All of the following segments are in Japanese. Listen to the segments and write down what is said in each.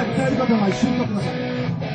やり方が一緒になってください。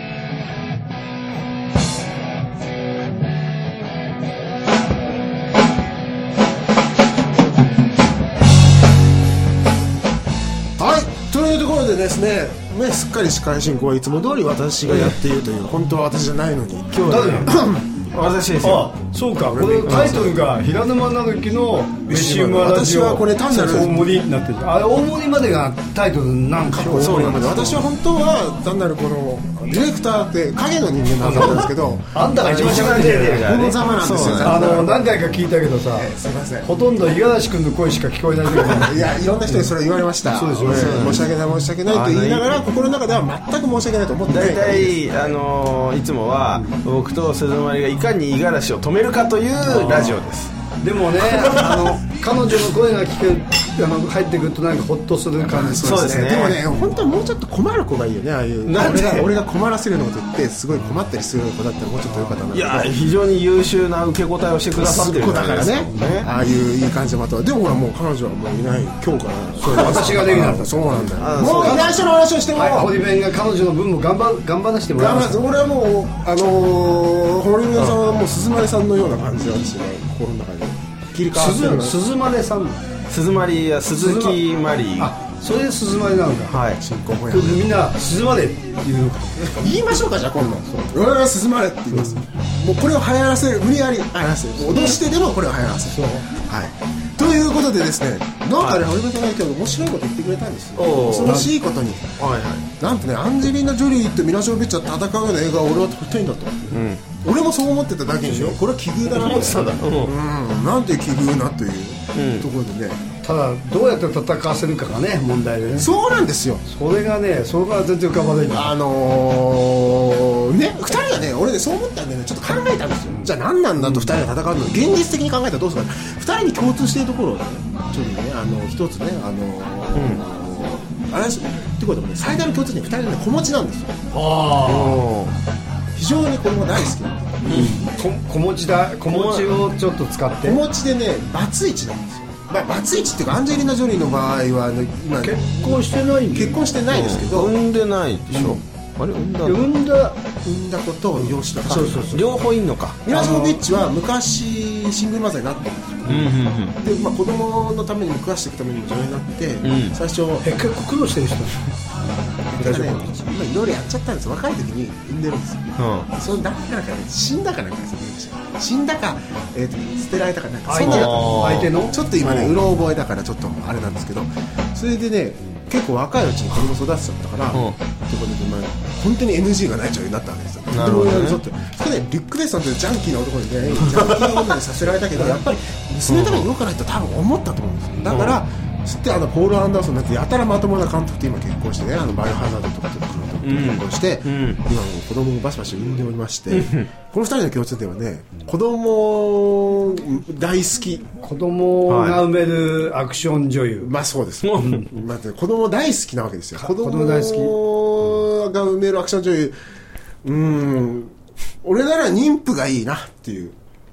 はい、というところでですね、すっかり司会進行はいつも通り私がやっているという、本当は私じゃないのに今日は私ですよ。 そうか、これタイトルが平沼直樹の飯馬ラジオ。 私はこれ単なる大盛りになってる。あれ大盛りまでがタイトルなんか。 そうなんです。私は本当は単なるこのディレクターって影の人間なんだったんですけど、 あんたが一番知らないでこのざまなんですよ。 何回か聞いたけどさ、 すいません、 ほとんど五十嵐君の声しか聞こえないけどいや、いろんな人にそれ言われました。そうですよね。申し訳ない申し訳ないと言いながら心の中では全く申し訳ないと思ってない。 大体いつもは僕と鈴丸がいかに五十嵐を止めるかというラジオです。 でもね、彼女の声が聞け入ってくるとなんかホッとする感じ。 そうですね。でもね、本当はもうちょっと困る子がいいよね。ああいう俺が困らせるのと言ってすごい困ったりする子だったらもうちょっと良かったんだけど。 いや、非常に優秀な受け答えをしてくださってる子だからね。ああいういい感じでまた。でもほらもう彼女はもういない。今日から私ができなかった。 そうなんだよ。もういない人の話をしても、 堀弁が彼女の分も頑張らせてもらいます。 俺はもう堀弁さんはもう鈴丸さんのような感じなんですよね。心の中で切り替わってる。 鈴丸さん、 鈴丸や鈴木マリー。 それで鈴丸なのか。 はい。 みんな鈴丸って言う。 言いましょうか、じゃあ今度。俺は鈴丸って言います。もうこれを流行らせる、無理やり流行らせる。脅してでもこれを流行らせる。はい。ということでですね、なんかね、堀弁さんが今日面白いこと言ってくれたんですよ。恐ろしいことに。なんとね、アンジェリーナ・ジョリーとミラ・ジョービッチは戦うような映画を俺は撮りたいんだと。俺もそう思ってただけに、これは奇遇だなと思ってたんだ。なんて奇遇なというところでね。 ただどうやって戦わせるかがね問題でね。 そうなんですよ。 それがね、それから全然浮かばないんだ。 ね、2人がね、俺ねそう思ったんでね、ちょっと考えたんですよ。じゃあ何なんだと2人が戦うの。現実的に考えたらどうするか。2人に共通しているところをね、ちょっとね、一つね、あれってことでもね、最大の共通点2人のね、子持ちなんですよ。非常にこれも大好きなんです。 子持ちをちょっと使って。 子持ちでね、バツイチなんですよ。バツイチっていうか、アンジェリーナ・ジョリーの場合は今結婚してないですけど、 産んでないでしょ。あれ、産んだことを養子とか、 両方いんのか。 ミラ・ジョービッチは昔シングルマザーになってるんですよ。で、子供のためにも食わしていくためにも女優になって、最初結構苦労してる人大丈夫。今いろいろやっちゃったんです。若い時に産んでるんですよ。そのだからかね、死んだかなんかですよ。死んだか、捨てられたかなんか、そんな相手のちょっと今ね、うろ覚えだからちょっとあれなんですけど、それでね、結構若いうちに子供育てちゃったから、ってことで、本当に NG がない女優になったわけですよ。 なるほどね。 それでリュック・ベッソンというジャンキーな男にね、ジャンキー女にさせられたけど、やっぱり娘のために動かないと多分思ったと思うんですよ。だから知ってポール・アンダーソンなんてやたらまともな監督と今結婚してね、バイオハザードとかと結婚して、今も子供をバシバシ産んでおりまして、この2人の共通点はね、子供大好き。 子供が産めるアクション女優。 そうです。子供大好きなわけですよ。子供大好きが産めるアクション女優。俺なら妊婦がいいなっていう。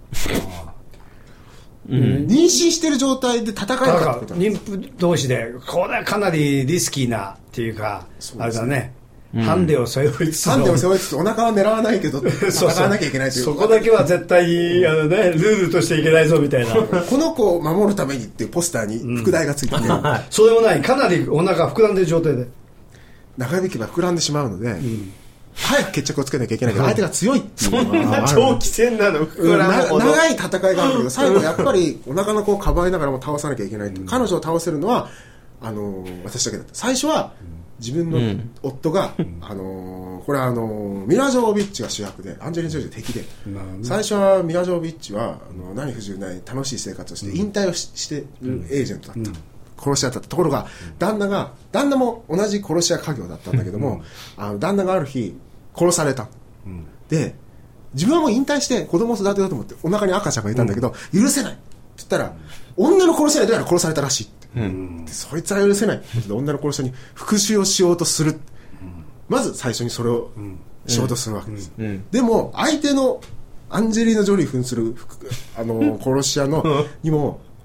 妊娠してる状態で戦えるかってことなんです。 妊婦同士でこれはかなりリスキーなっていうか、あれだね。ハンデを背負いつつお腹は狙わないけど戦わなきゃいけないという。 そこだけは絶対ルールとしていけないぞみたいな。 この子を守るためにっていうポスターに副題がついてて、 そうでもない。かなりお腹膨らんでる状態で長引けば膨らんでしまうので、早く決着をつけなきゃいけないけど、相手が強いっていうのが。 そんな長期戦なの。 長い戦いがあるけど、最後やっぱりお腹の子をかばいながらも倒さなきゃいけないっていう。彼女を倒せるのは私だけだった。最初は自分の夫が、これはミラ・ジョービッチが主役で、アンジェリーナ・ジョリーが敵で、最初はミラ・ジョービッチは何不自由ない楽しい生活をして引退をしてるエージェントだった。殺し屋だった。ところが旦那も同じ殺し屋家業だったんだけども、旦那がある日殺された。で、自分はもう引退して子供を育てようと思ってお腹に赤ちゃんがいたんだけど、許せないって言ったら、女の殺し屋にどうやら殺されたらしいって。でそいつは許せないってことで女の殺し屋に復讐をしようとする。まず最初にそれをしようとするわけです。でも相手のアンジェリーナ・ジョリー扮する殺し屋のにも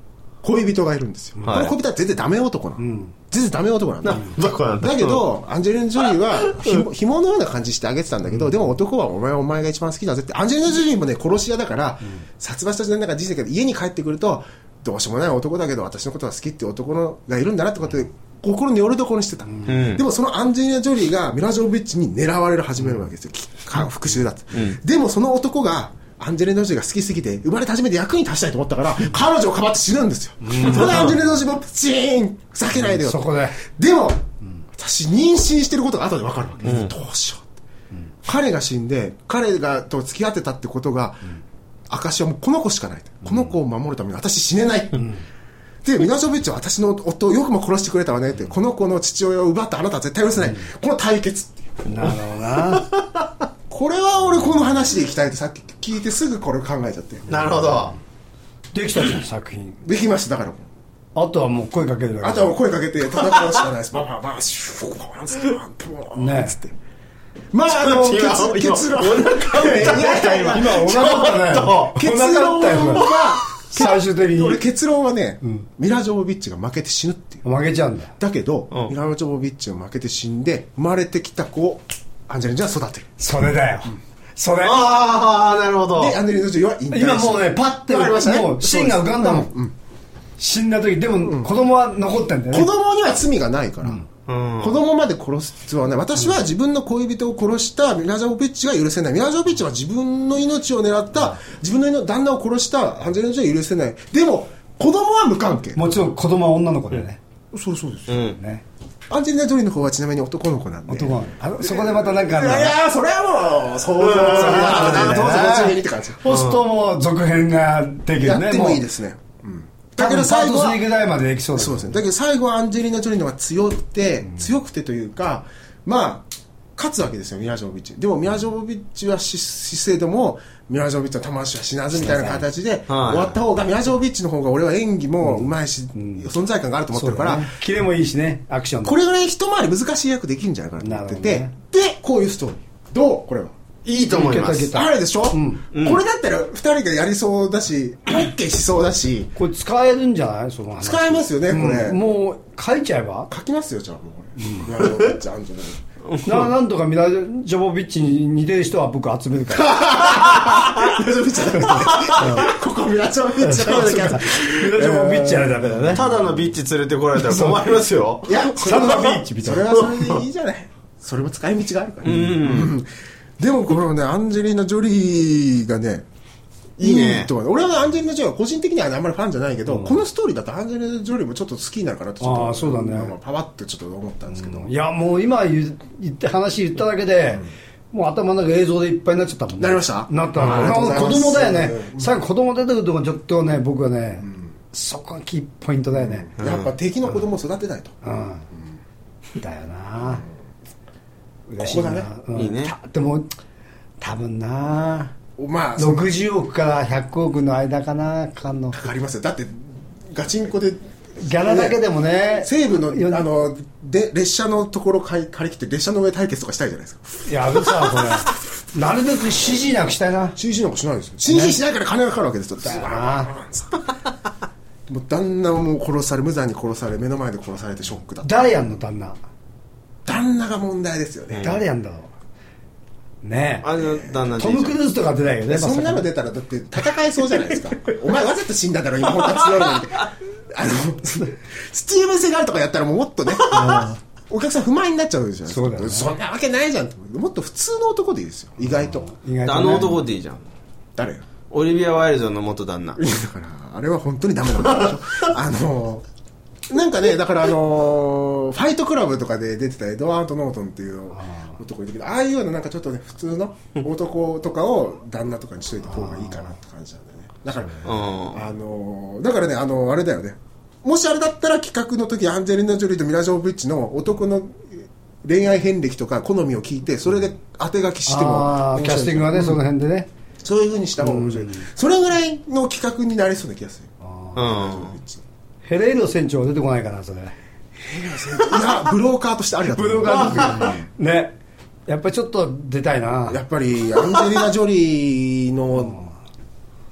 恋人がいるんですよ、この恋人は全然ダメ男なの、全然ダメ男なんだ、だけど、アンジェリーナ・ジョリーは紐のような感じしてあげてたんだけど、でも男はお前が一番好きだぜって。アンジェリーナ・ジョリーもね、殺し屋だから、殺伐としたなんか人生けど、家に帰ってくるとどうしようもない男だけど私のことが好きって男がいるんだなってことで心によるところにしてた、でもそのアンジェリーナ・ジョリーがミラ・ジョボビッチに狙われる始めるわけですよ、復讐だって、でもその男がアンジェリーナ・ジョリーが好きすぎて生まれて初めて役に立ちたいと思ったから彼女をかばって死ぬんですよ、それでアンジェリーナ・ジョリーもプチーンふざけないでよ、 そこででも、私妊娠してることが後で分かるわけです、どうしようって、彼が死んで彼がと付き合ってたってことが、証はもうこの子しかない、この子を守るために私死ねない、でミラ・ジョボビッチは私の夫をよくも殺してくれたわねって、この子の父親を奪ったあなたは絶対許せない、この対決っていう。 なるほどなこれは俺この話でいきたいってさっき聞いてすぐこれ考えちゃって。 なるほど。 できたじゃん作品。 できました。だからあとはもう声かけるだけ。 あとはもう声かけて戦うしかないです。バババシューバンスねつって。まあ結論。 今お腹だね。 結論は最終的に俺結論はね、ミラ・ジョボビッチが負けて死ぬっていう。 負けちゃうんだ。 だけど、ミラ・ジョボビッチが負けて死んで生まれてきた子をアンジェリーナは育てる。 それだよ。それ。 ああ、なるほど。 でアンジェリーナ・ジョリーは引退して今もうねパッてもうシーンが浮かんだもん。死んだ時でも子供は残ってんだよね。 子供には罪がないから。子供まで殺す必要はない。私は自分の恋人を殺したミラ・ジョボビッチが許せない。ミラ・ジョボビッチは自分の命を狙った自分の旦那を殺したアンジェリーナ・ジョリーは許せない。でも子供は無関係。 もちろん子供は女の子でね。 そうですね。 アンジェリーナ・ジョリーの方はちなみに男の子なんで。 男そこでまたなんかいやそれはもう想像するな。どうぞご注意にって感じ。 ポストも続編ができるね。 やってもいいですね。 だけど最後は3ぐらいまでできそうだ。 そうですね。だけど最後はアンジェリーナ・ジョリーの方が強くてというか、まあ勝つわけですよミラ・ジョボビッチ。でもミラ・ジョボビッチは死生でもミラ・ジョボビッチの魂は死なずみたいな形で終わった方が、ミラ・ジョボビッチの方が俺は演技もうまいし、存在感があると思ってるから、 キレもいいしね、アクションこれぐらい一回り難しい役できるんじゃないかなと思ってて、でこういうストーリーどうこれはいいと思います。 あれでしょ、これだったら2人がやりそうだし OK しそうだし、 これ使えるんじゃない？その話使えますよねこれ、 もう書いちゃえば書きますよじゃあもうミラ・ジョボビッチアンジェリーナなんとかミラ・ジョボビッチに似てる人は僕集めるからミラ・ジョボビッチじゃなくてここミラ・ジョボビッチじゃなくてミラ・ジョボビッチやるだけだね。 ただのビッチ連れてこられたら困りますよ。 いやサンダービーチみたいな。 それはそれでいいじゃない。それも使い道があるからでもこのねアンジェリーナ・ジョリーがねいいと思う。俺はアンジェリーナ・ジョリーは個人的にはあんまりファンじゃないけど、このストーリーだとアンジェリーナ・ジョリーもちょっと好きになるかなとちょっとそうだね、 パワッとちょっと思ったんですけど、 いやもう今話言っただけで、もう頭の中映像でいっぱいになっちゃったもんね。 なりました？ なった。子供だよね。最後子供出てくるとこちょっとね僕はね、そこがキーポイントだよね。 やっぱ敵の子供を育てないと。 だよな。嬉しいな。 ここだね。 いいね。 でも多分な。 まあ 60億から100億の間かなかかんの。 かかりますよ。だってガチンコでギャラだけでもね。 西部ので列車のところ借り切って列車の上対決とかしたいじゃないですか。 いやさこれなるべく CG なくしたいな。 CG なんかしないですよ。 CG しないから金がかかるわけですよ。 だよな。 もう旦那も殺され無残に殺され目の前で殺されてショックだった。 誰やんの旦那が問題ですよね。 誰やんだろうね。 あの旦那トム・クルーズとか出ないよね。 そんなの出たらだって戦えそうじゃないですかお前わざと死んだだろ今本当は強いのにスティーブン・セガールとかやったらもっとねお客さん不満になっちゃうじゃないですか。 そうだよね。 そんなわけないじゃん。もっと普通の男でいいですよ意外と。 あの男でいいじゃん。 誰？ オリビア・ワイルドの元旦那。 だからあれは本当にダメなんでしょなんかねだからファイトクラブとかで出てたエドワード・ノートンっていう男いるけど、ああいうようななんかちょっとね普通の男とかを旦那とかにしといた方がいいかなって感じなんだよね。だからだからねあれだよね。もしあれだったら企画の時アンジェリーナ・ジョリーとミラ・ジョボビッチの男の恋愛遍歴とか好みを聞いてそれで当て書きしてもキャスティングはね、その辺でねそういう風にした方が面白い、それぐらいの企画になりそうな気がする。 ヘレイロ船長は出てこないかなそれ。いやブローカーとしてありだと思う。 ブローカーとしてねやっぱりちょっと出たいな。 やっぱりアンジェリーナ・ジョリーの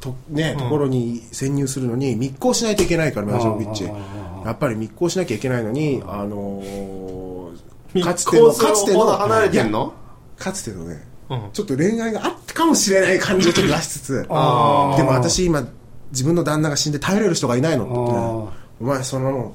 ところに潜入するのに密航しないといけないから、ミラジョビッチ。やっぱり密航しなきゃいけないのに、かつての離れてんの？ かつてのね、ちょっと恋愛があったかもしれない感じをちょっと出しつつ、でも私今自分の旦那が死んで頼れる人がいないのって言って、お前その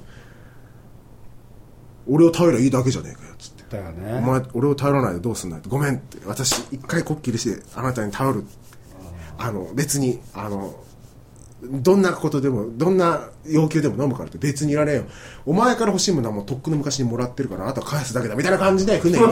俺を頼ればいいだけじゃねえかよっつって、 だよね、 お前俺を頼らないでどうすんないと、ごめんって、私一回こっきりしてあなたに頼る、別にどんなことでもどんな要求でも飲むからって別にいらねえよ、お前から欲しいものはもうとっくの昔にもらってるからあとは返すだけだみたいな感じで船に乗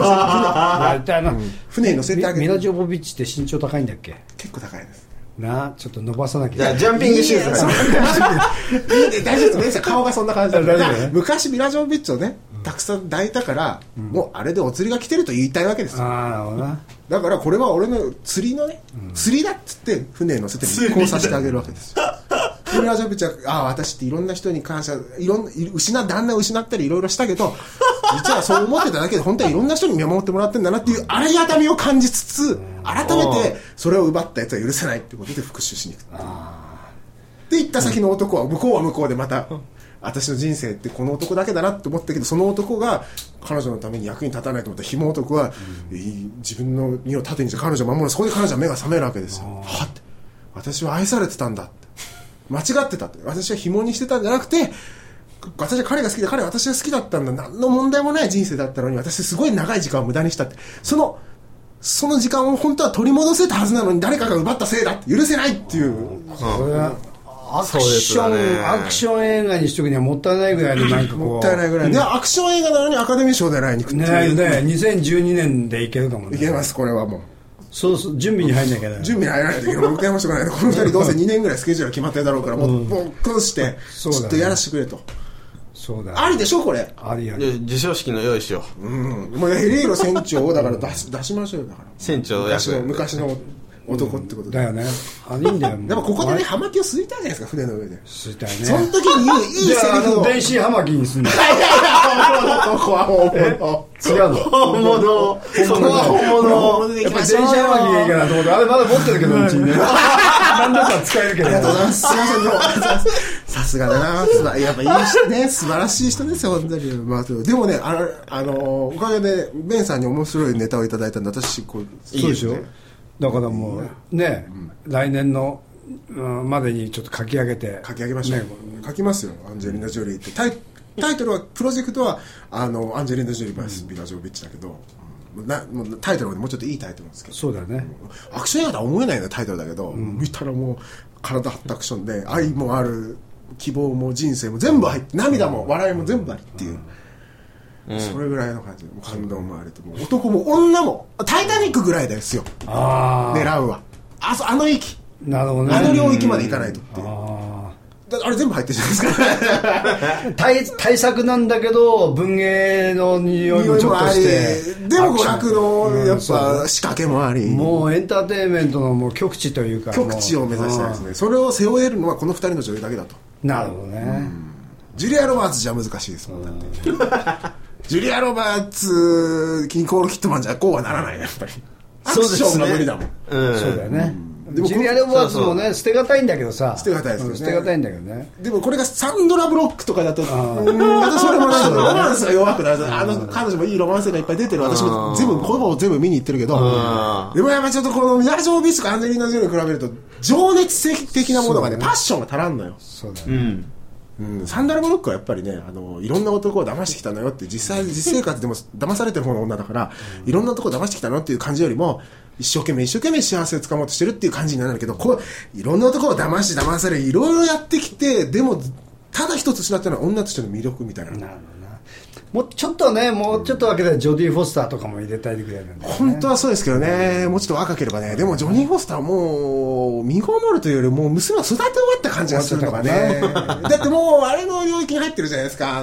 せてあげる。 ミラジョボビッチって身長高いんだっけ？ 結構高いですな、ちょっと伸ばさなきゃ。 ジャンピングシューズ大丈夫です、顔がそんな感じだから昔ミラジョボビッチをねたくさん抱いたから、もうあれでお釣りが来てると言いたいわけですよ。 なるほどな。 だからこれは俺の釣りのね、釣りだっつって船に乗せて密航させてあげるわけですよ。ミラジョボビッチは私っていろんな人に感謝、旦那を失ったりいろいろしたけど実はそう思ってただけで本当はいろんな人に見守ってもらってんだなっていうありがたみを感じつつ、改めてそれを奪ったやつは許せないってことで復讐しに行くって言った先の男は向こうは向こうでまた私の人生ってこの男だけだなって思ったけど、その男が彼女のために役に立たないと思ったひも男は、自分の身を盾にして彼女を守る。そこで彼女は目が覚めるわけですよ。はって、私は愛されてたんだって、間違ってたって、私は紐にしてたんじゃなくて、私は彼が好きで彼は私が好きだったんだ、何の問題もない人生だったのに私すごい長い時間を無駄にしたって、その時間を本当は取り戻せたはずなのに誰かが奪ったせいだって許せないっていう、 これはアクション映画にしとくにはもったいないぐらいのなんかこうもったいないぐらいで、アクション映画なのにアカデミー賞で来に行くっていうね、2012年でいけるかもね。 いけます、これはもうそう準備に入んなきゃね。準備に入らないといけない。もう一回もしてこないと、この二人どうせ2年ぐらいスケジュール決まってるだろうから、もうこうしてちょっとやらせてくれと。 そうだね、 ありでしょこれ。 ありやね。授賞式の用意しよう。 もうヘリーロ船長をだから出しましょうよ。だから船長昔の男ってことで。 だよね。いいんだよ。 でもここでね、葉巻を吸いたいじゃないですか、船の上で。 吸いたいね。 その時にいいセリフを。 電子葉巻にすんの。 いやいや、ここは本物。 違うの。 本物。そこは本物。 やっぱり電子葉巻がいいかなと思って、あれまだ持ってるけど、うちにね。何だったら使えるけど。 ありがとうございます。すいません、さすがだな。やっぱいい人ね、素晴らしい人ですよ、本当に。まあ、でもね、おかげで、ベンさんに面白いネタをいただいたんで、私、 そうでしょ。だからもうね、来年のまでにちょっと書き上げましょう、書きますよ、アンジェリーナ・ジョリーって。タイトルは、プロジェクトはアンジェリーナ・ジョリー vs ミラジョビッチだけど、タイトルはもうちょっといいタイトルなんですけど。 そうだね。 アクション映画とは思えないようなタイトルだけど、見たらもう体張ったアクションで、愛もある、希望も人生も全部入って、涙も笑いも全部ありっていう。それぐらいの感じで感動もあれて、男も女もタイタニックぐらいですよ、狙うはあの域、 なるほどね、 あの領域まで行かないとっていう。あれ全部入ってるじゃないですか対策なんだけど文芸の匂いもちょっとして、 でも娯楽のやっぱ仕掛けもあり、 もうエンターテインメントのもう極致というか、 極致を目指したいですね。それを背負えるのはこの2人の女優だけだと。 なるほどね。 ジュリア・ロバーツじゃ難しいですもん、だってジュリア・ロバーツ、ニコール・キットマンじゃこうはならない、やっぱり。アクションが無理だもん。 そうだよね。ジュリア・ロバーツもね、捨てがたいんだけどさ。 捨てがたいですよね。 捨てがたいんだけどね。 でもこれがサンドラ・ブロックとかだと、またそれもなんかロマンスが弱くなる。彼女もいいロマンスがいっぱい出てる。私もほぼ全部見に行ってるけど、でもやっぱちょっとこのミラジョビッチとかアンジェリーナ・ジョリーに比べると、情熱的なものがね、パッションが足らんのよ。 そうだね。 サンダラ・ブロックはやっぱりね、いろんな男を騙してきたのよって、実生活でも騙されてる方の女だから、いろんな男を騙してきたのっていう感じよりも、一生懸命幸せをつかもうとしてるっていう感じになるんだけど、いろんな男を騙され、いろいろやってきて、でもただ一つ失ったのは女としての魅力みたいな。 なるほどな。もうちょっとね、もうちょっとわけでジョディ・フォスターとかも入れたいぐらいなんだよね。 本当はそうですけどね、もうちょっと若ければね。でもジョニー・フォスターはもう身ごもるというよりもう娘を育て終わった感じがするのがね。だってもうあれの領域に入ってるじゃないですか。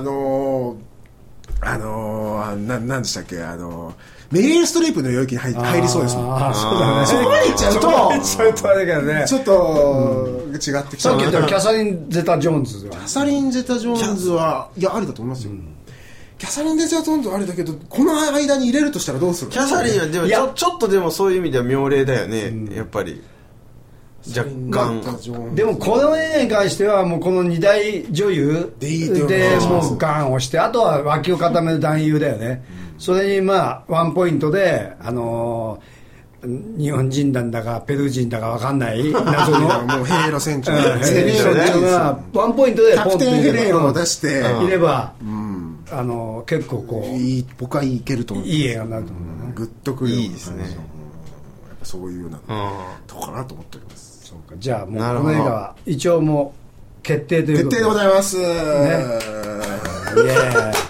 なんでしたっけ、メリル・ストリープの領域に入りそうですもん。 そうだね。 そこまで行っちゃうとあれだけどね、 ちょっと違ってきちゃう。 さっき言ったキャサリン・ゼタ・ジョーンズは、 キャサリン・ゼタ・ジョーンズはいやありだと思いますよ。キャサリン・ゼタ・ジョーンズはあれだけど、この間に入れるとしたらどうする？ キャサリンはでもちょっとでもそういう意味では妙齢だよね、やっぱり。 若干でもこの映画に関してはもうこの2大女優でもうガンをして、あとは脇を固める男優だよね、それにまあワンポイントで日本人なんだかペルー人だか分かんない謎のもうヘイロ船長がワンポイントでキャプテンヘレンを出していれば、結構こう僕はいけると思う、 いい映画になると思うね。 グッとくるいいですね。 やっぱそういうようなとこかなと思っております。 そうか、じゃあもうこの映画は一応もう決定ということで。 決定でございます、ね、 イエーイ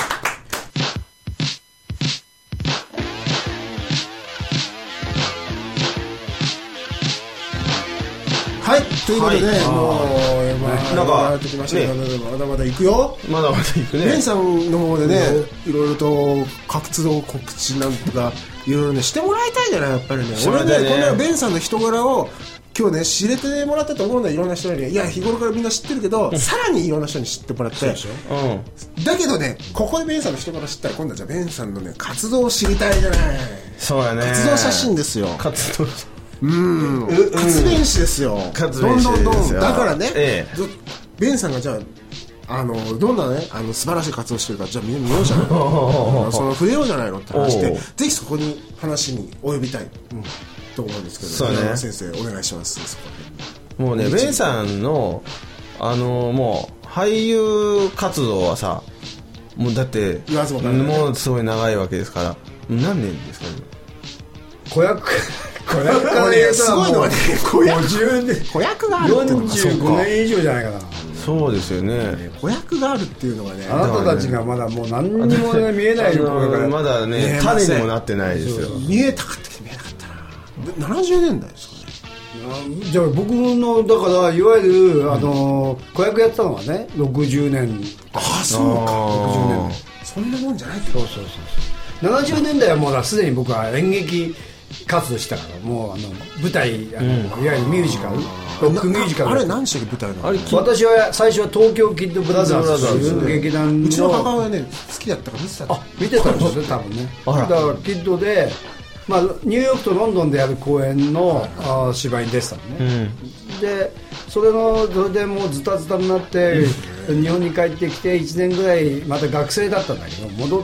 はい、ということで、もうなんかやってきましたけど、まだまだ行くよ。 まだまだ行くね。 ベンさんの方でね、いろいろと活動告知なんとかいろいろねしてもらいたいじゃない、やっぱりね。俺ね、こんなベンさんの人柄を今日ね知れてもらったと思うんだよ、いろんな人に。いや、日頃からみんな知ってるけど、さらにいろんな人に知ってもらって。だけどね、ここでベンさんの人柄知ったら、今度はじゃあベンさんのね活動を知りたいじゃない。 そうやね。 活動写真ですよ。 活動活弁士ですよ。 活弁士ですよ。 どんだからね、ベンさんがじゃあどんなね素晴らしい活動してるか、じゃあ見ようじゃないのその触れようじゃないのって話で、ぜひそこに話に及びたい、と思うんですけど、 そうね、 先生お願いします。そこでもうね、ベンさんのもう俳優活動はさ、もうだってもうすごい長いわけですから。何年ですかね。 子役から言うとすごいのはね、子役があるっていうのが 45年以上じゃないかな。 そうですよね。 子役があるっていうのがね、 あなたたちがまだもう何にも見えないよ。 まだね、種にもなってないですよ。 見えたかったけど見えなかったな。70年代ですかね。 じゃあ僕のだからいわゆる子役やってたのはね60年。 ああ、そうか。60年代そんなもんじゃないってこと。そう 70年代はもうすでに僕は演劇活動したから、もう舞台いわゆるミュージカル、ロックミュージカル。 あれ何でしたっけ、舞台の。 私は最初は東京キッドブラザーズという劇団の、 うちの母親ね好きだったから見てた。 見てたんですよ多分ね。だからキッドで、ニューヨークとロンドンでやる公演の芝居に出てたのね。でそれでもうズタズタになって日本に帰ってきて1年ぐらいまた学生だったんだけど戻って、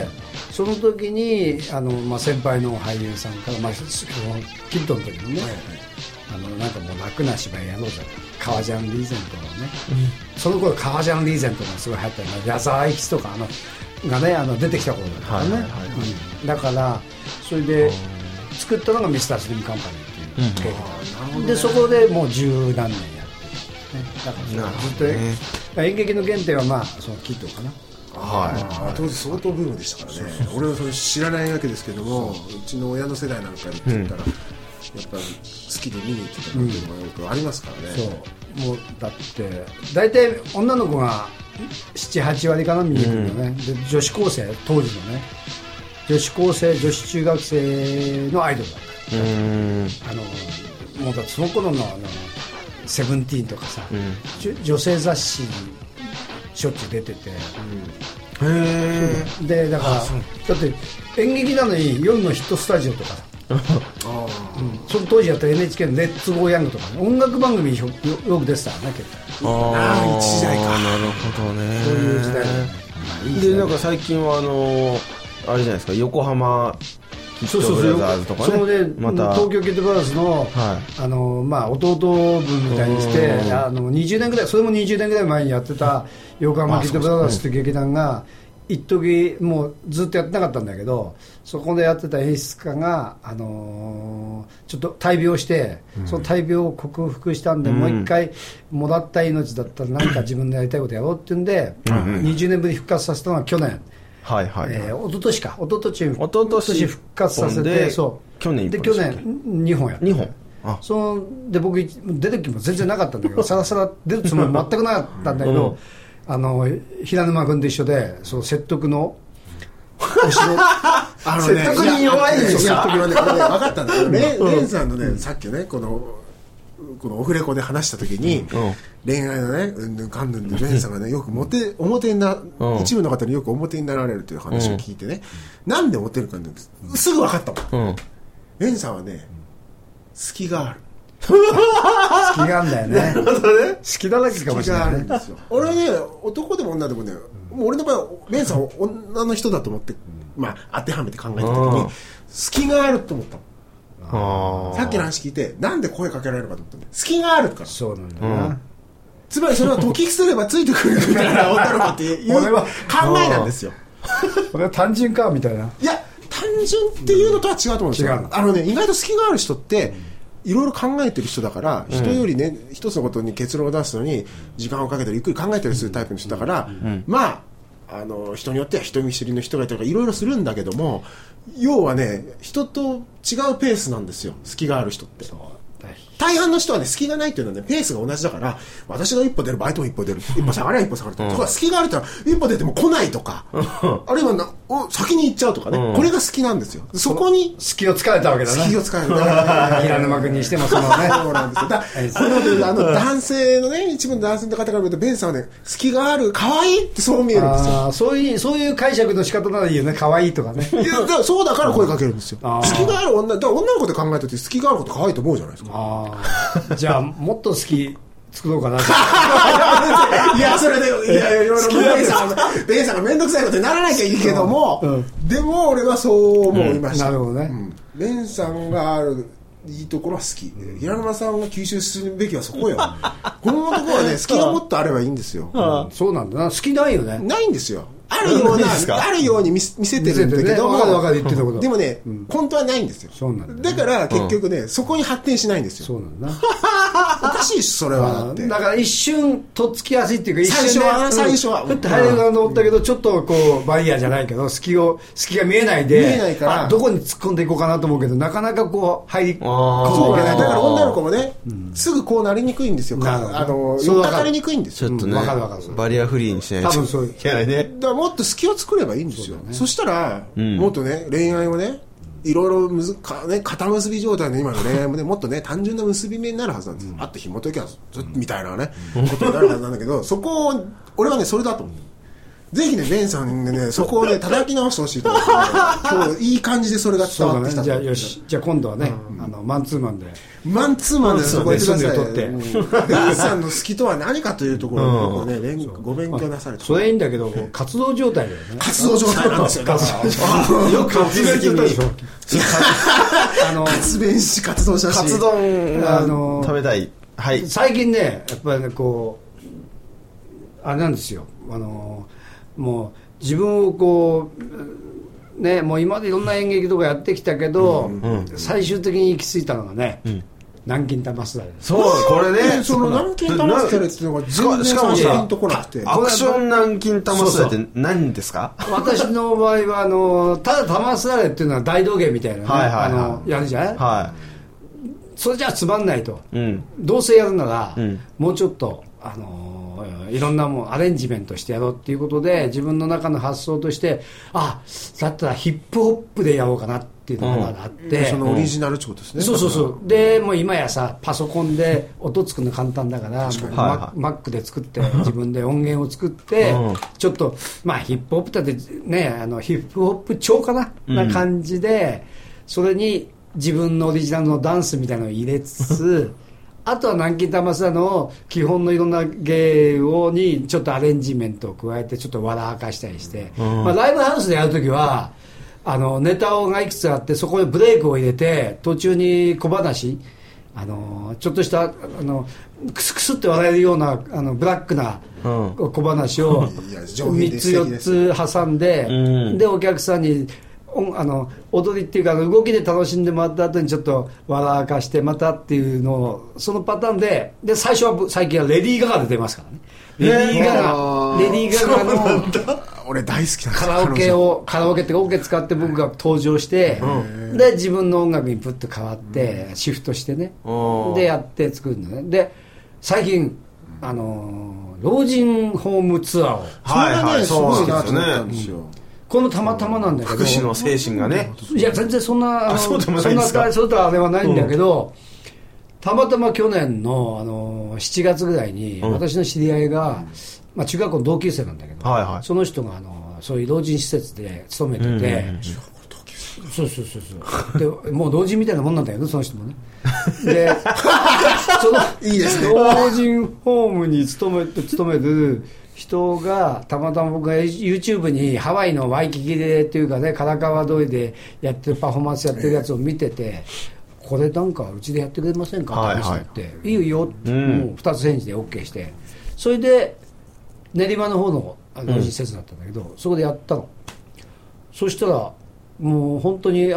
その時に先輩の俳優さんから、キッドの時にね、なんかもう楽な芝居やろうじゃん、革ジャン・リーゼントのね、その頃革ジャン・リーゼントがすごい流行ったのが矢沢永吉とかがね出てきた頃だったからね。だからそれで作ったのがミスタースリムカンパニーっていう映画で、そこでもう十何年やって、だからずっと演劇の原点はそのキッドかな。 当時相当ブームでしたからね。俺はそれ知らないわけですけども、うちの親の世代なんかに聞いたら、やっぱり好きで見に行ってたっていうのがよくありますからね。 もうだって大体女の子が 7,8 割かな見に行くんだよね。で女子高生、当時のね女子高生、女子中学生のアイドルだった。もうだってその頃のセブンティーンとかさ、女性雑誌にしょっちゅう出てて、でだからだって演劇なのに夜のヒットスタジオとかその当時やった NHK のレッツゴーヤングとか、ね、音楽番組よく出てたね結構。 一時代か。 なるほどね。 そういう時代でなんか最近はあれじゃないですか、横浜キッドブラザーズとかね。 それでまた東京キッドブラザーズの、弟分みたいにして20年ぐらい、それも20年ぐらい前にやってた横浜キッドブラザーズって劇団が一時もうずっとやってなかったんだけど、そこでやってた演出家が、ちょっと大病して、その大病を克服したんで、もう一回もらった命だったら何か自分でやりたいことやろうっていうんで、20年ぶり復活させたのが去年、一昨年か、一昨年復活させて、 去年 2本やった。で僕出てく気も全然なかったんだけど、さらさら出るつもり全くなかったんだけど、平沼君と一緒で説得の説得に弱いんですか。 分かったんだけど、レンさんのね、さっきねこのオフレコで話した時に、恋愛のねうんぬんかんぬんでレンさんがねよく表に一部の方によく表になられるという話を聞いてね、なんで表るかすぐ分かったもん。レンさんはね隙がある。 好きがあるんだよね。好きだらけかもしれないね。 俺ね、男でも女でもね、もう俺の場合はベンさんを女の人だと思って、まあ当てはめて考えた時に隙があると思ったの。さっきの話聞いてなんで声かけられるかと思ったんだ。隙があるから。 そうなんだな。 つまりそれは時すればついてくるみたいな女の子っていう考えなんですよ。 これは単純かみたいな。 いや単純っていうのとは違うと思うんですよ。意外と隙がある人っていろいろ考えてる人だから、人よりね一つのことに結論を出すのに時間をかけたりゆっくり考えたりするタイプの人だから、まあ人によっては人見知りの人がいたりとかいろいろするんだけども、要はね人と違うペースなんですよ、隙がある人って。大半の人はね隙がないっていうのはねペースが同じだから、私が一歩出る場合とも一歩出る、一歩下がれば一歩下がるとか、そこは隙があるってのは一歩出ても来ないとかあるいは先に行っちゃうとかね、これが隙なんですよ。そこに隙を突かれたわけだね。 隙を突かれた平沼君にしてもそのねそうなんですよ。男性のね一部の男性の方から見るとベンさんはね隙がある、可愛いってそう見えるんですよ。そういう解釈の仕方ならいいよね、可愛いとかね。いやそうだから声かけるんですよ。隙がある女だから女の子で考えたって隙があること可愛いと思うじゃないですか。 じゃあもっと好き作ろうかな。 いやそれでいろいろベンさんが面倒くさいことにならなきゃいいけども、でも俺はそう思いました。 なるほどね。 ベンさんがあるいいところは好き。平沼さんが吸収するべきはそこよ。この男はね好きがもっとあればいいんですよ。 そうなんだな。好きないよね。 ないんですよ。あるように見せてるんだけども、でもね、本当はないんですよ。だから結局ね、そこに発展しないんですよ。 そうなんだ。 おかしいし、それはだって。 だから一瞬とっつきやすいっていうか、一瞬最初はふって入るかと思ったけど、ちょっとこうバリアじゃないけど、隙が見えないで、どこに突っ込んでいこうかなと思うけど、なかなかこう入り込んでいけない。だから女の子もね、すぐこうなりにくいんですよ。よっかかりにくいんですよ。 ちょっとね、バリアフリーにしないといけないね。 もっと隙を作ればいいんですよ。そしたらもっとね恋愛をねいろいろ肩結び状態の今の恋愛もねもっとね単純な結び目になるはずなんです。あと紐解きゃみたいなねことになるはずなんだけど、そこを俺はねそれだと思う。ぜひねベンさんにねそこをね叩き直してほしいと思って、今日いい感じでそれが伝わってきた。 じゃあよし、じゃあ今度はねマンツーマンでそこへ住んで取ってベンさんの好きとは何かというところをねご勉強なされて、 それいいんだけど活動状態だよね。 活動状態なんですよ。 よく活動的に活弁し活動したしカツ丼が食べたい。はい。 最近ねやっぱりねこうあれなんですよ、もう自分をこうねもう今までいろんな演劇とかやってきたけど、最終的に行き着いたのがね、南京玉すだれ。 そうこれね、 その南京玉すだれっていうのが全然ピンとこなくて、 アクション南京玉すだれって何ですか？ 私の場合はただ玉すだれっていうのは大道芸みたいなやるじゃない。それじゃつまんないと。どうせやるならもうちょっといろんなもんアレンジメントしてやろうっていうことで自分の中の発想としてだったらヒップホップでやろうかなっていうのがまだあって、 そのオリジナルってことですね。 そうでもう今やさパソコンで音作るの簡単だからMac で作って自分で音源を作ってちょっとヒップホップだってねヒップホップ調かな感じでそれに自分のオリジナルのダンスみたいなのを入れつつあとは南京玉すだれの基本のいろんな芸にちょっとアレンジメントを加えてちょっと笑わかしたりして、ライブハウスでやるときはネタがいくつあってそこにブレイクを入れて途中に小話ちょっとしたクスクスって笑えるようなブラックな小話を3つ4つ挟んで、でお客さんに踊りっていうか動きで楽しんでもらった後にちょっと笑わかしてまたっていうのをそのパターンで最近はレディー・ガガで出ますからね。レディー・ガガの俺大好きなカラオケってオケ使って僕が登場して、で自分の音楽にプッと変わってシフトしてね、でやって作るのね。で最近老人ホームツアーをそれがねすごいなと思ったんですよ。 このたまたまなんだけど福祉の精神がねいや全然そんなそうでもないんですか。 そんなあれはないんだけど、たまたま去年の7月ぐらいに私の知り合いが、中学校の同級生なんだけど、その人がそういう老人施設で勤めてて、そうでもう老人みたいなもんなんだよねその人もねでそのいいですね、 老人ホームに勤める人がたまたま僕が YouTube にハワイのワイキキでっていうかね、カラカワ通りでやってるパフォーマンスやってるやつを見てて、これなんかうちでやってくれませんかって話になって、いいよいいよ、もう2つ返事で OK して、それで練馬の方の老人施設だったんだけど、そこでやったの。そしたらもう本当に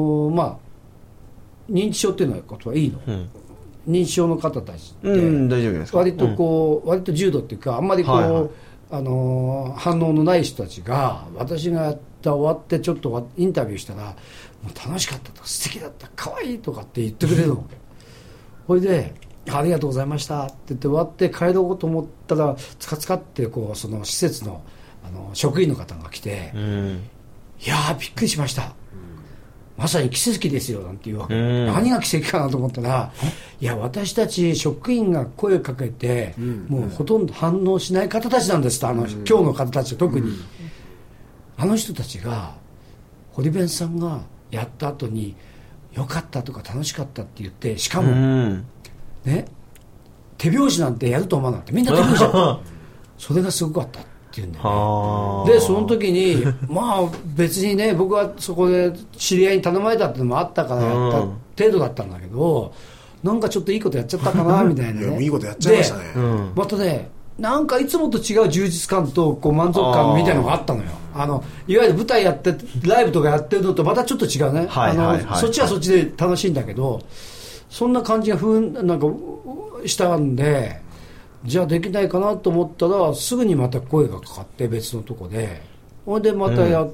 認知症っていうのはことはいいの、認知症の方たちって大丈夫ですか、 割と割と重度っていうか、あんまり反応のない人たちが、私がやった終わってちょっとインタビューしたら、もう楽しかったとか素敵だった可愛いとかって言ってくれるのそれでありがとうございましたって言って終わって帰ろうと思ったら、つかつかってその施設の職員の方が来て、いやーびっくりしました、まさに奇跡ですよなんていうわけ、何が奇跡かなと思ったら、いや私たち職員が声かけて、もうほとんど反応しない方たちなんですと、今日の方たちは特に、あの人たちが堀弁さんがやった後によかったとか楽しかったって言って、しかも、ね、手拍子なんてやると思わなくてみんな手拍子やったそれがすごかったっていうんだよね。でその時に別にね、僕はそこで知り合いに頼まれたっていうのもあったからやった程度だったんだけど、なんかちょっといいことやっちゃったかなみたいなねいいことやっちゃいましたね。 またね、なんかいつもと違う充実感と満足感みたいなのがあったのよ。いわゆる舞台やってライブとかやってるのとまたちょっと違うね、そっちはそっちで楽しいんだけど、そんな感じがなんかしたんで、じゃあできないかなと思ったら、すぐにまた声がかかって別のとこで、それでまたやって、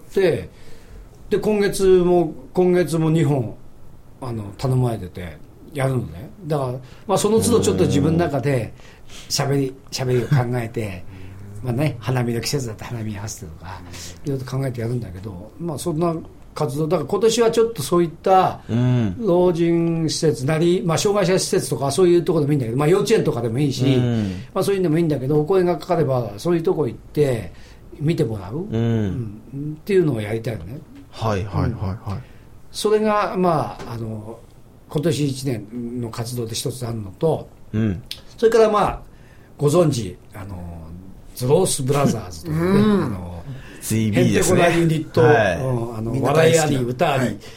で今月も2本頼まれててやるのね。だからその都度ちょっと自分の中で喋りを考えて花見の季節だったら花見合わせてとかいろいろと考えてやるんだけど、そんな活動だから今年はちょっとそういった老人施設なり、障害者施設とかそういうところでもいいんだけど、幼稚園とかでもいいし、そういうのもいいんだけど、お声がかかればそういうところ行って見てもらう、っていうのをやりたいのね。それが今年1年の活動で一つあるのと、それからご存知ズロースブラザーズというね、 ZB ヘンテコなユニット、笑いあり歌あり、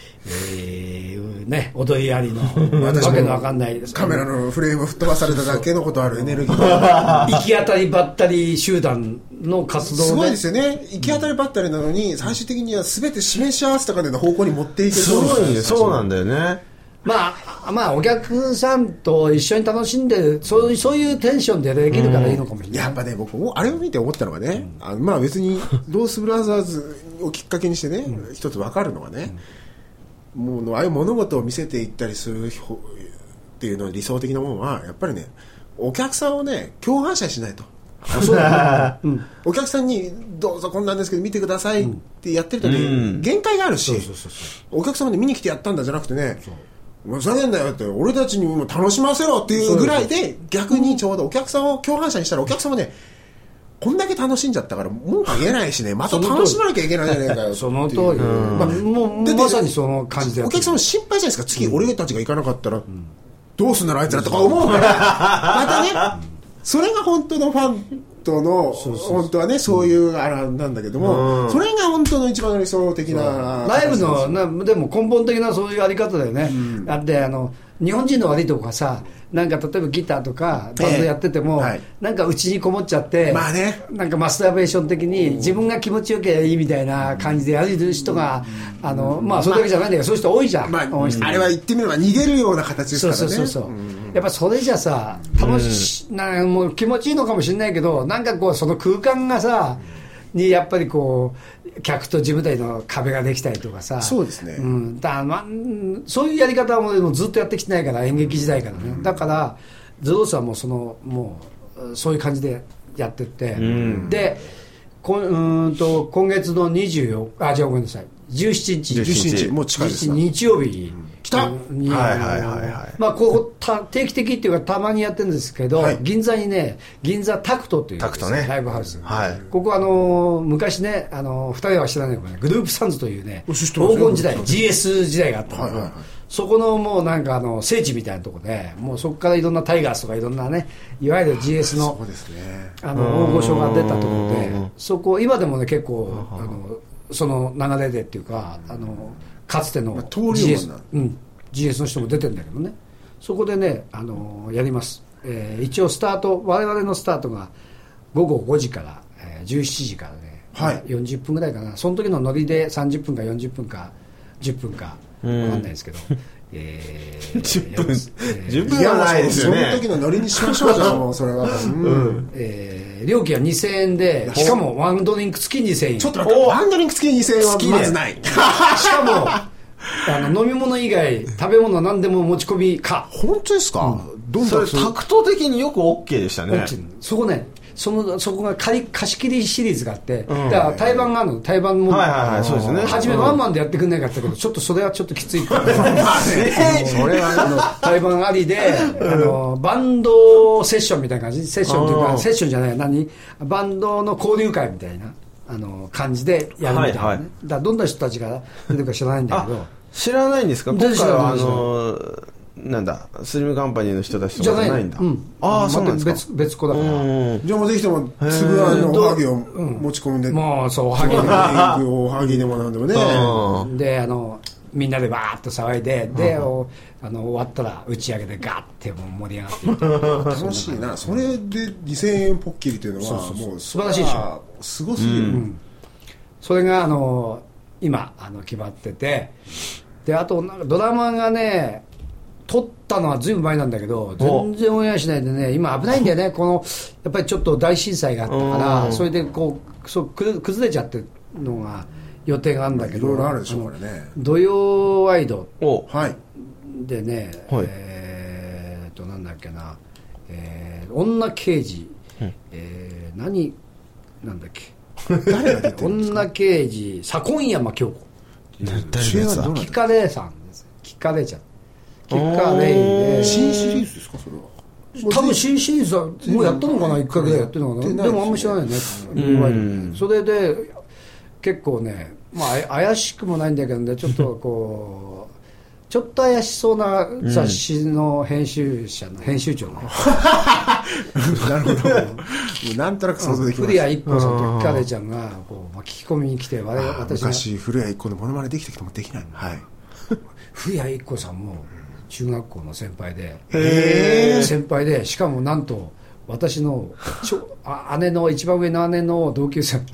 踊りありのわけのわかんないカメラのフレーム吹っ飛ばされただけのことあるエネルギー行き当たりばったり集団の活動で、 すごいですよね。行き当たりばったりなのに最終的には全て示し合わせたかのような方向に持っていける。 すごいね。そうなんだよね。 お客さんと一緒に楽しんでそういうテンションでできるからいいのかもしれない。 やっぱね、僕あれを見て思ったのがね、別にロースブラザーズをきっかけにしてね、一つ分かるのがね、もうああいう物事を見せていったりするっていうのは理想的なものはやっぱりね、お客さんをね共犯者にしないと。お客さんにどうぞこんなんですけど見てくださいってやってるとね、限界があるし、お客様で見に来てやったんだじゃなくてね、ふざけんなよって、俺たちにも楽しませろっていうぐらいで、逆にちょうどお客さんを共犯者にしたら、お客様ね、こんだけ楽しんじゃったから文句言えないしね、また楽しまなきゃいけないじゃないかよ。 その通り、もうまさにその感じで、 お客様心配じゃないですか。次俺たちが行かなかったらどうすんならあいつらとか思うからまたね、それが本当のファンとの本当はね、そういうあれなんだけども、それが本当の一番理想的なライブのでも根本的なそういうあり方だよね。だって日本人の悪いとこがさ、なんか例えばギターとかバンドやってても、なんか家にこもっちゃって、なんかマスターベーション的に自分が気持ちよければいいみたいな感じでやる人が、それだけじゃないんだけど、そういう人多いじゃん。あれは言ってみれば逃げるような形ですからね。 そうやっぱそれじゃさ、もう気持ちいいのかもしれないけど、なんかその空間がさにやっぱり客と自分たちの壁ができたりとかさ、 そうですね、 そういうやり方はもうずっとやってきてないから、演劇時代からね、だからズロースはもうそういう感じでやってって、で今月のごめんなさい、17日もう近いですな、 日曜日来た、 ここ定期的っていうかたまにやってるんですけど、銀座にね、銀座タクトというライブハウス、ここ昔ね、2人は知らないけどね、グループサンズというね、黄金時代 GS 時代があったんだけど、 そこのもうなんか聖地みたいなところで、もうそこからいろんなタイガースとかいろんなね、いわゆる GS のそうですね、 大御所が出たところで、そこ今でもね結構その流れでっていうかかつての GS の人も出てるんだけどね、そこでねやります。一応スタート、我々のスタートが午後5時から、17時からね、 はい、 40分ぐらいかな。その時のノリで30分か40分か10分か分かんないですけど、 10分10分はないですよね。 その時のノリにしましょうじゃもうそれは、 料金は2000円で、しかもワンドリンク付き2000円。 ちょっと待って、ワンドリンク付き2000円はまずない。 しかも飲み物以外食べ物何でも持ち込みか。 本当ですか？ どんどんタクト的によく OK でしたね。 そこね、そこが貸し切りシリーズがあって、だから対バンがあるの、対バンも、 そうですね。 初めワンマンでやってくんないかったけど、ちょっとそれはちょっときつい。それは対バンありで、バンドセッションみたいな感じ、セッションっていうか、セッションじゃない、バンドの交流会みたいな感じでやるみたいなね。だからどんな人たちが出てるか知らないんだけど。 知らないんですか？今回はなんだスリムカンパニーの人たちとかじゃないんだ。 ああ、そうなんですか。別個だから。 じゃあもうぜひともつぶあんのおはぎを持ち込んで、 もうそうおはぎでもなんでもね。 でみんなでバーッと騒いで、で終わったら打ち上げでガッて盛り上がっていって楽しいな。それで2000円ポッキリというのはもう素晴らしいでしょ。 すごすぎる。 それが今決まってて、であとなんかドラマがね撮ったのはずいぶん前なんだけど、全然オンエアしないでね、今危ないんだよね。やっぱりちょっと大震災があったから、それで崩れちゃってるのが予定があるんだけど、 いろいろあるでしょこれね。 土曜ワイドでね、なんだっけな、女刑事、なんだっけ、 誰が出てるんですか？ 女刑事左近山京子、キカレイさんです。キカレイちゃん、キカレイで新シリーズですか？それは多分新シリーズはもうやったのかな、1回ぐらいやってるのかな。でもあんまり知らないね。それで結構ね、怪しくもないんだけどね、ちょっとちょっと怪しそうな雑誌の編集長ね。 なるほど。なんとなく想像できます。 古谷一行さんとキカレイちゃんが聞き込みに来て、私が昔古谷一行のモノマネできたけどもできない。はい。 古谷一行さんも中学校の先輩で、しかもなんと私の一番上の姉の同級生。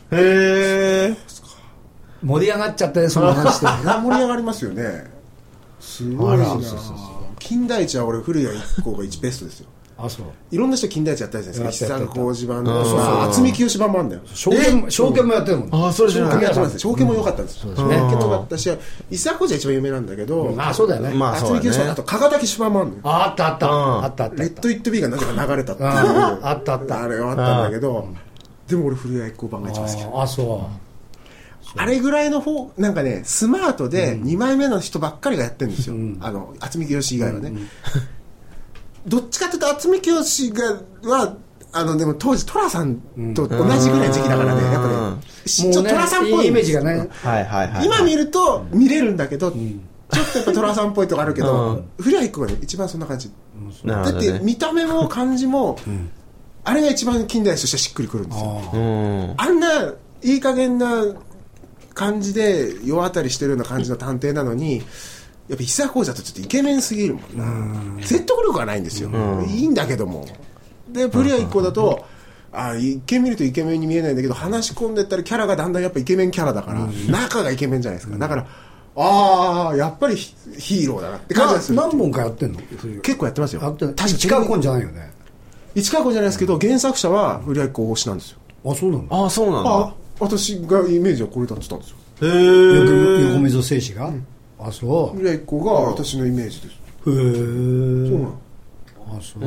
盛り上がっちゃったね、その話で。 盛り上がりますよね。すごいな。金田一は俺古谷一行がベストですよ。 あ、そう。 いろんな人金田一やったじゃないですか。石坂浩二版の渥美清版もあるんだよ。 証券もやってるもん。 あ、それじゃない。証券も良かったんですよ。証券も良かったし、石坂浩二は一番有名なんだけど、 そうだよね。 渥美清版、あと加賀滝芝もあるのよ。 あった。 レッド・イット・ビーがなぜか流れたっていう。 あった。 あれがあったんだけど、でも俺古谷一行版が一番好き。 あ、そう。 あれぐらいの方、なんかね、スマートで2枚目の人ばっかりがやってるんですよ。渥美清以外はね。どっちかというと渥美清はでも当時寅さんと同じぐらいの時期だからね、やっぱね、ちょっと寅さんっぽいイメージがね。 今見ると見れるんだけど、ちょっとやっぱ寅さんっぽいとこあるけど、古谷一行がね一番そんな感じ。だって見た目も感じも、あれが一番金田一としてしっくりくるんですよ。あんないい加減な感じで世当たりしてるような感じの探偵なのに、やっぱ石坂浩二だとちょっとイケメンすぎるもんな。説得力がないんですよ。いいんだけども。で古谷一行だと一見見るとイケメンに見えないんだけど、話し込んでったらキャラがだんだんやっぱイケメンキャラだから、中がイケメンじゃないですか。だからやっぱりヒーローだなって感じがする。 何本かやってんの？ 結構やってますよ。 確か市川崑じゃないよね。 市川崑じゃないですけど、原作者は古谷一行推しなんですよ。 あ、そうなんだ。 あ、そうなんだ。 私がイメージはこれだって言ったんですよ。 横溝正史が。あ、そう。 古谷一行が私のイメージです。そうなの。 あ、そう。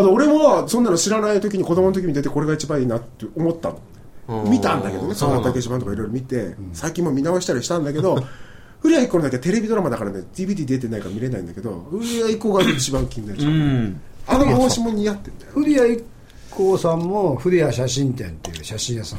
俺もそんなの知らない時に子供の時に出てこれが一番いいなって思ったの。見たんだけどね、その竹島とかいろいろ見て、最近も見直したりしたんだけど、古谷一行のだけテレビドラマだからね DVD 出てないから見れないんだけど、古谷一行が一番気になる。帽子も似合ってんだよ。 古谷一行さんも古谷写真展っていう写真屋さん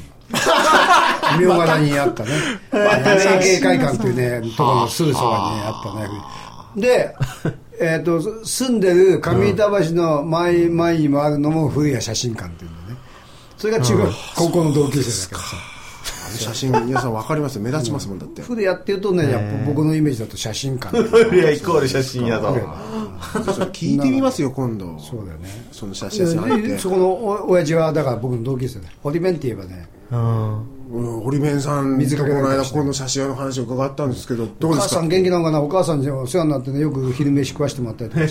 明柄にあったね、屋根芸会館っていうねところのすぐそばにあったね、 で、住んでる上板橋の前にもあるのも古谷写真館っていうのね。それが中学高校の同級生だからさ。 写真皆さん分かりますよ、目立ちますもんだって。 古谷っていうとね、やっぱ僕のイメージだと写真館。 古谷イコール写真屋だ。 聞いてみますよ今度。 そうだよね。 その写真屋さん入って。 そこの親父はだから僕の同級生で、堀弁って言えばね。 堀弁さん水かけこの間この写真屋の話を伺ったんですけど、どうですか。お母さん元気なのかな。お母さんにお世話になってね、よく昼飯食わしてもらったりとかして。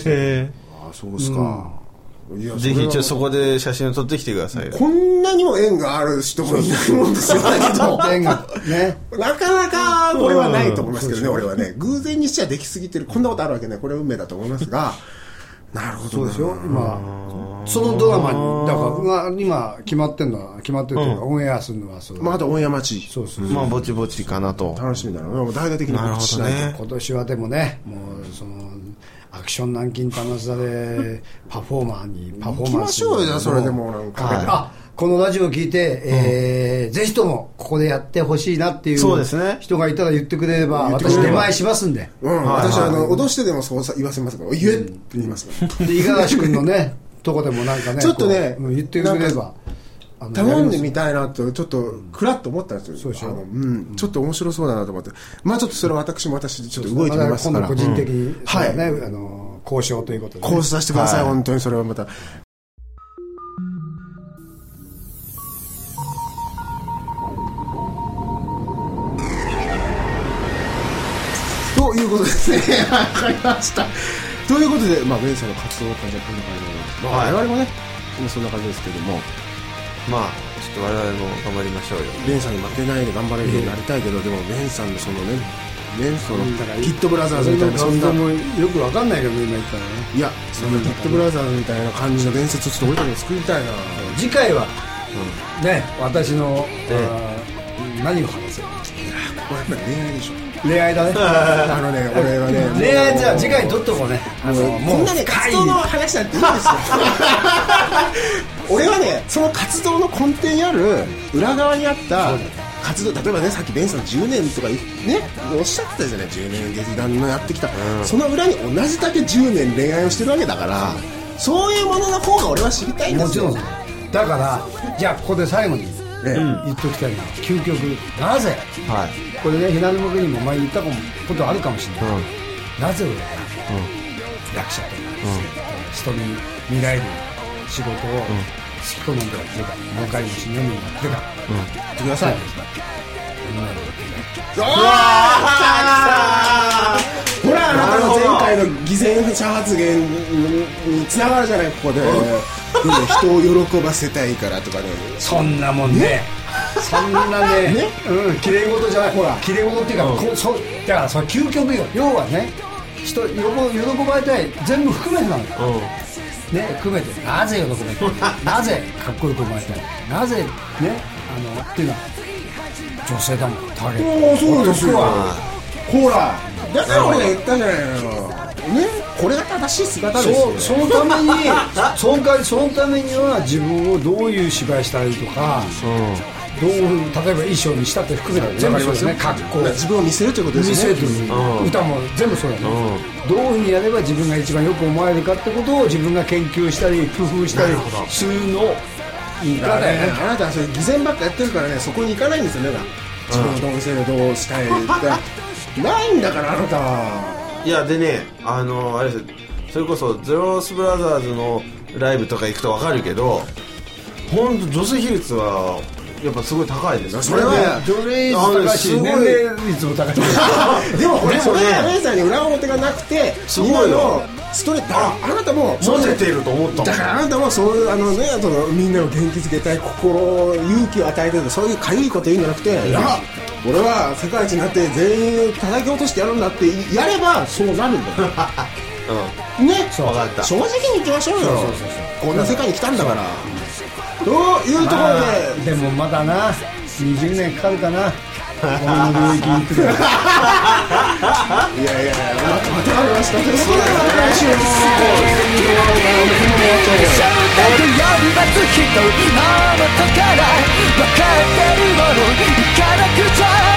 ああそうですか。 ぜひ一応そこで写真を撮ってきてくださいよ。 こんなにも縁がある人もいないもんですよ。 縁がね、 なかなかこれはないと思いますけどね。俺はね、偶然にしちゃできすぎてる、こんなことあるわけね。これは運命だと思いますが。なるほど。 そうですよ。今そのドラマにだから今決まってるというか、オンエアするのはそう。 まだオンエア待ち。 そうそう。 まあぼちぼちかなと。 楽しみだな。もう大々的に告知しないと。 今年はでもね、もうそのアクション南京玉座でパフォーマーにパフォーマンス。行きましょうよ、じゃあそれでもなんか。このラジオを聞いて、ぜひともここでやってほしいなっていう人がいたら言ってくれれば、私出前しますんで。 私脅してでもそう言わせますから、言えって言いますから。 で、五十嵐君のね、とこでもなんかね、 ちょっとね、 言ってくれれば。 頼んでみたいなとちょっとクラッと思ったんですよ。ちょっと面白そうだなと思って、まあちょっとそれは私ちょっと動いてみますから、 今度個人的に交渉ということで交渉させてください。本当にそれはまた。ということですね。わかりました。ということで、まあベンさんの活動の感じはこんな感じで、まあ我々もね今そんな感じですけども。 まあちょっと我々も頑張りましょうよ。 ベンさんに負けないで頑張れるようになりたいけど、でもベンさんのそのね、そのキッドブラザーズみたいな、 そんなもよくわかんないけど今言ったらね。 いや、そのキッドブラザーズみたいな感じの伝説をちょっと俺たちに作りたいな。 次回はね、私の何を話せる。 ここやっぱり恋愛でしょ。 恋愛だね。 俺はね、 恋愛じゃあ次回に撮っとこうね。 こんなね活動の話なんていいですよ。俺はね、その活動の根底にある裏側にあった活動、例えばね、さっきベンさん10年とかねおっしゃってたじゃない。10年劇団のやってきた、その裏に同じだけ10年恋愛をしてるわけだから、そういうものの方が俺は知りたいんですよ。 もちろんだから、じゃあここで最後に言っときたいのは、究極なぜ、これね、ひなるもくにも前に言ったことあるかもしれない、なぜ俺が役者とか人に見られる仕事を好き好んでやってるか、儲かりもしないようにやってるか、言ってください。 ほら、あなたの前回の偽善者発言につながるじゃない。ここで人を喜ばせたいからとかね。 そんなもんね、そんなね、綺麗事じゃない。ほら、綺麗事っていうか、だからその究極よ。要はね、人喜ばれたい、全部含めてなのよ。ね、含めて、なぜ喜ばれたい、なぜかっこよく生まれたい、なぜね、っていうのは女性だもん、ターゲット。 そうですよ。ほら、だから俺が言ったじゃないのね、これが正しい姿ですよ。 そのためにそのためには自分をどういう芝居したらいいとか、どう例えば衣装にしたって含めて全部そうですね。格好、 自分を見せるということですね。 見せる、歌も全部そうだね。どういうふうにやれば自分が一番よく思われるかってことを自分が研究したり工夫したりするのいいからね。 あなたはそれ偽善ばっかやってるからね、そこに行かないんですよね。自分のどう見せる、どうしたいってないんだから、あなたは。 いやでね、あれです、それこそゼロスブラザーズのライブとか行くと分かるけど、本当女性比率はやっぱすごい高いですよ。 それは女性率高いし、年齢率も高い。 でもこれそれはレイさんに裏表がなくて、 すごいよ。 ストレート、あなたもモテていると思ったもん。 だからあなたもそういうそのみんなを元気づけたい、心勇気を与えてる、そういうかゆいこと言うんじゃなくて、いや俺は世界一になって全員叩き落としてやるんだってやればそうなるんだよ。ね、 そう分かった。 正直に言ってましょうよ。こんな世界に来たんだから。というところで、 でもまだな20年かかるかな。この領域に行ってくる。いやまたありました。ということで来週も今のとから分かってるものいかなくちゃ